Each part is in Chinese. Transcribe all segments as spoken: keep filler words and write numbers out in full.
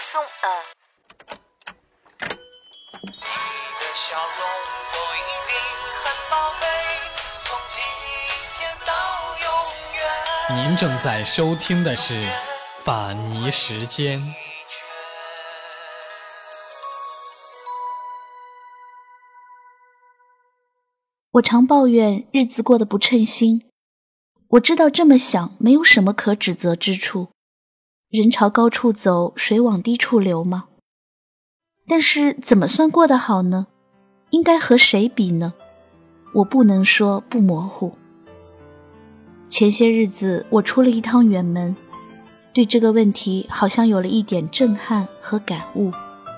松呃。你的笑容都一定很宝贝，从今天到永远。 您正在收听的是法尼时间。 我常抱怨日子过得不称心，我知道这么想没有什么可指责之处，人朝高处走，水往低处流吗？但是怎么算过得好呢？应该和谁比呢？我不能说不模糊。前些日子我出了一趟远门，对这个问题好像有了一点震撼和感悟。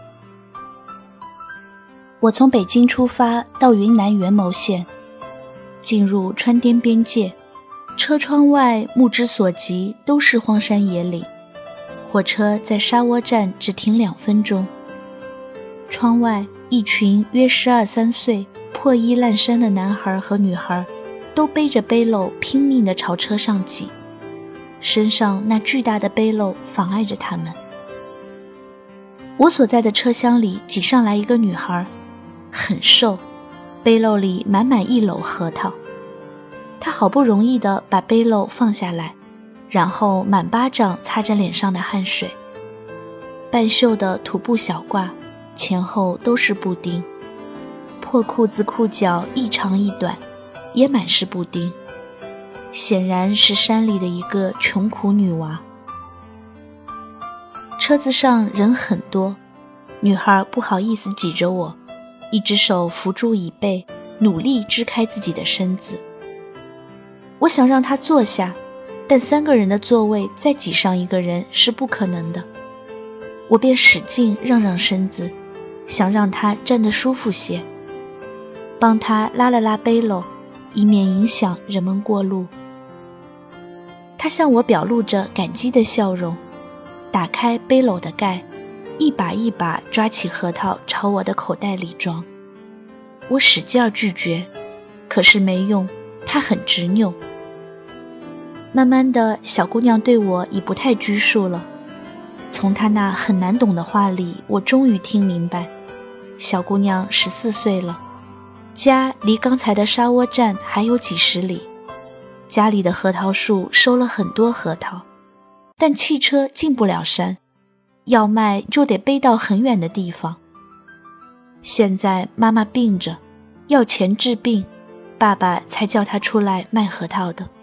我从北京出发到云南元谋县，进入川滇边界，车窗外目之所及都是荒山野岭，火车在沙窝站只停两分钟。窗外一群约十二三岁破衣烂衫的男孩和女孩都背着背篓拼命地朝车上挤，身上那巨大的背篓妨碍着他们。我所在的车厢里挤上来一个女孩，很瘦，背篓里满满一篓核桃。她好不容易地把背篓放下来，然后满巴掌擦着脸上的汗水。半袖的土布小褂，前后都是布丁，破裤子裤脚一长一短，也满是布丁，显然是山里的一个穷苦女娃。车子上人很多，女孩不好意思挤着我，一只手扶住椅背，努力支开自己的身子。我想让她坐下，但三个人的座位再挤上一个人是不可能的。我便使劲让让身子，想让她站得舒服些，帮她拉了拉背篓，以免影响人们过路。她向我表露着感激的笑容，打开背篓的盖，一把一把抓起核桃朝我的口袋里装。我使劲拒绝，可是没用，她很执拗。慢慢的，小姑娘对我已不太拘束了。从她那很难懂的话里，我终于听明白，小姑娘十四岁了，家离刚才的沙窝站还有几十里，家里的核桃树收了很多核桃，但汽车进不了山，要卖就得背到很远的地方。现在妈妈病着，要钱治病，爸爸才叫她出来卖核桃的。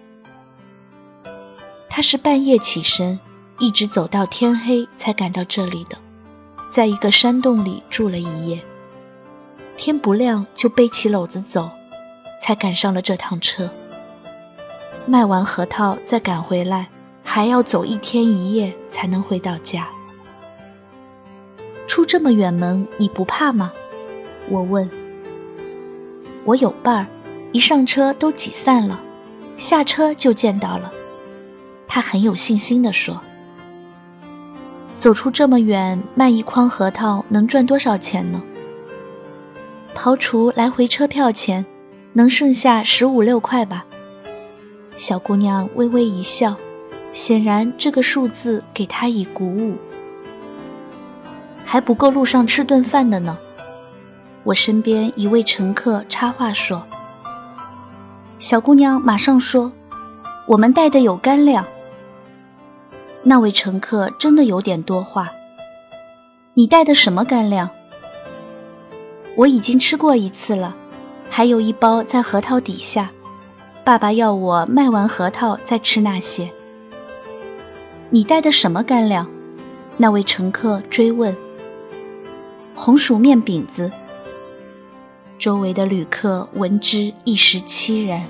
她是半夜起身，一直走到天黑才赶到这里的，在一个山洞里住了一夜。天不亮就背起篓子走，才赶上了这趟车。卖完核桃再赶回来，还要走一天一夜才能回到家。出这么远门你不怕吗？我问。我有伴儿，一上车都挤散了，下车就见到了。他很有信心地说。走出这么远，卖一筐核桃能赚多少钱呢？刨除来回车票钱，能剩下十五六块吧。小姑娘微微一笑，显然这个数字给她以鼓舞。还不够路上吃顿饭的呢。我身边一位乘客插话说。小姑娘马上说，我们带的有干粮。那位乘客真的有点多话。你带的什么干粮？我已经吃过一次了，还有一包在核桃底下，爸爸要我卖完核桃再吃那些。你带的什么干粮？那位乘客追问。红薯面饼子。周围的旅客闻之一时凄然。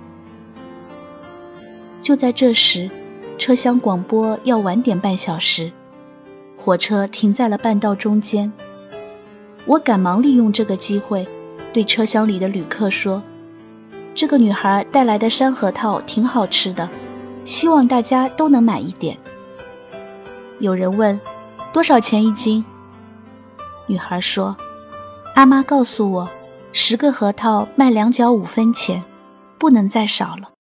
就在这时，车厢广播要晚点半小时，火车停在了半道中间。我赶忙利用这个机会，对车厢里的旅客说，这个女孩带来的山核桃挺好吃的，希望大家都能买一点。有人问，多少钱一斤？女孩说，阿妈告诉我，十个核桃卖两角五分钱，不能再少了。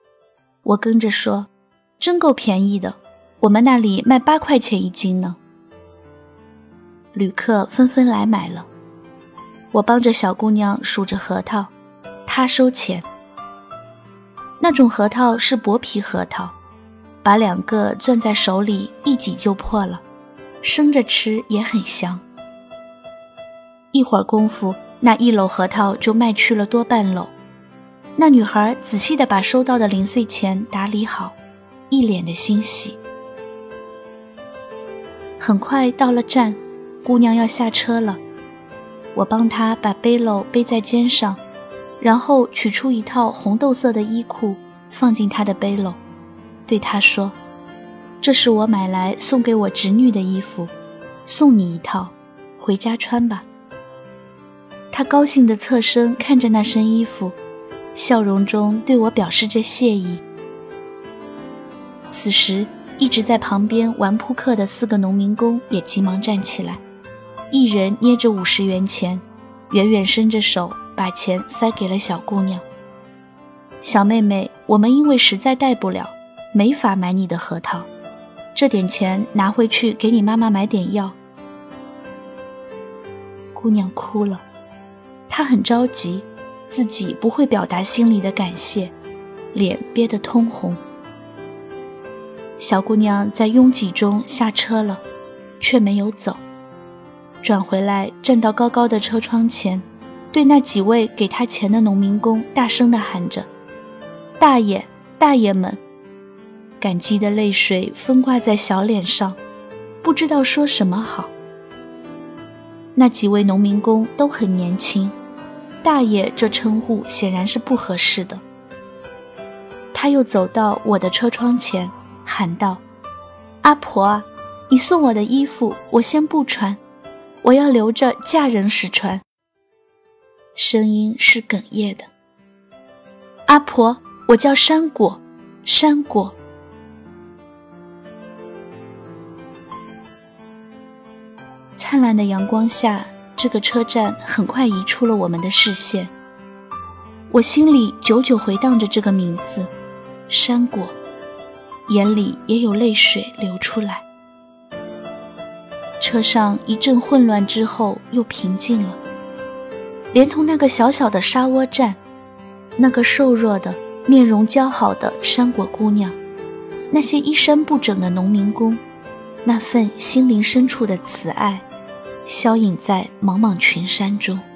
我跟着说，真够便宜的，我们那里卖八块钱一斤呢。 旅客纷纷来买了。我帮着小姑娘数着核桃，她收钱。那种核桃是薄皮核桃，把两个攥在手里一挤就破了，生着吃也很香。一会儿功夫，那一篓核桃就卖去了多半篓。那女孩仔细地把收到的零碎钱打理好，一脸的欣喜。很快到了站，姑娘要下车了，我帮她把背篓背在肩上，然后取出一套红豆色的衣裤放进她的背篓，对她说：“这是我买来送给我侄女的衣服，送你一套，回家穿吧。”她高兴地侧身看着那身衣服，笑容中对我表示着谢意。此时一直在旁边玩扑克的四个农民工也急忙站起来，一人捏着五十元钱，远远伸着手把钱塞给了小姑娘。小妹妹，我们因为实在带不了，没法买你的核桃，这点钱拿回去给你妈妈买点药。姑娘哭了，她很着急，自己不会表达心里的感谢，脸憋得通红。小姑娘在拥挤中下车了，却没有走，转回来站到高高的车窗前，对那几位给她钱的农民工大声地喊着：“大爷，大爷们！”感激的泪水分挂在小脸上，不知道说什么好。那几位农民工都很年轻，大爷这称呼显然是不合适的。他又走到我的车窗前，喊道：“阿婆啊，你送我的衣服我先不穿，我要留着嫁人时穿。”声音是哽咽的。“阿婆，我叫山果，山果。”灿烂的阳光下，这个车站很快移出了我们的视线。我心里久久回荡着这个名字，山果，眼里也有泪水流出来。车上一阵混乱之后又平静了，连同那个小小的沙窝站，那个瘦弱的面容姣好的山果姑娘，那些衣衫不整的农民工，那份心灵深处的慈爱，消隐在茫茫群山中。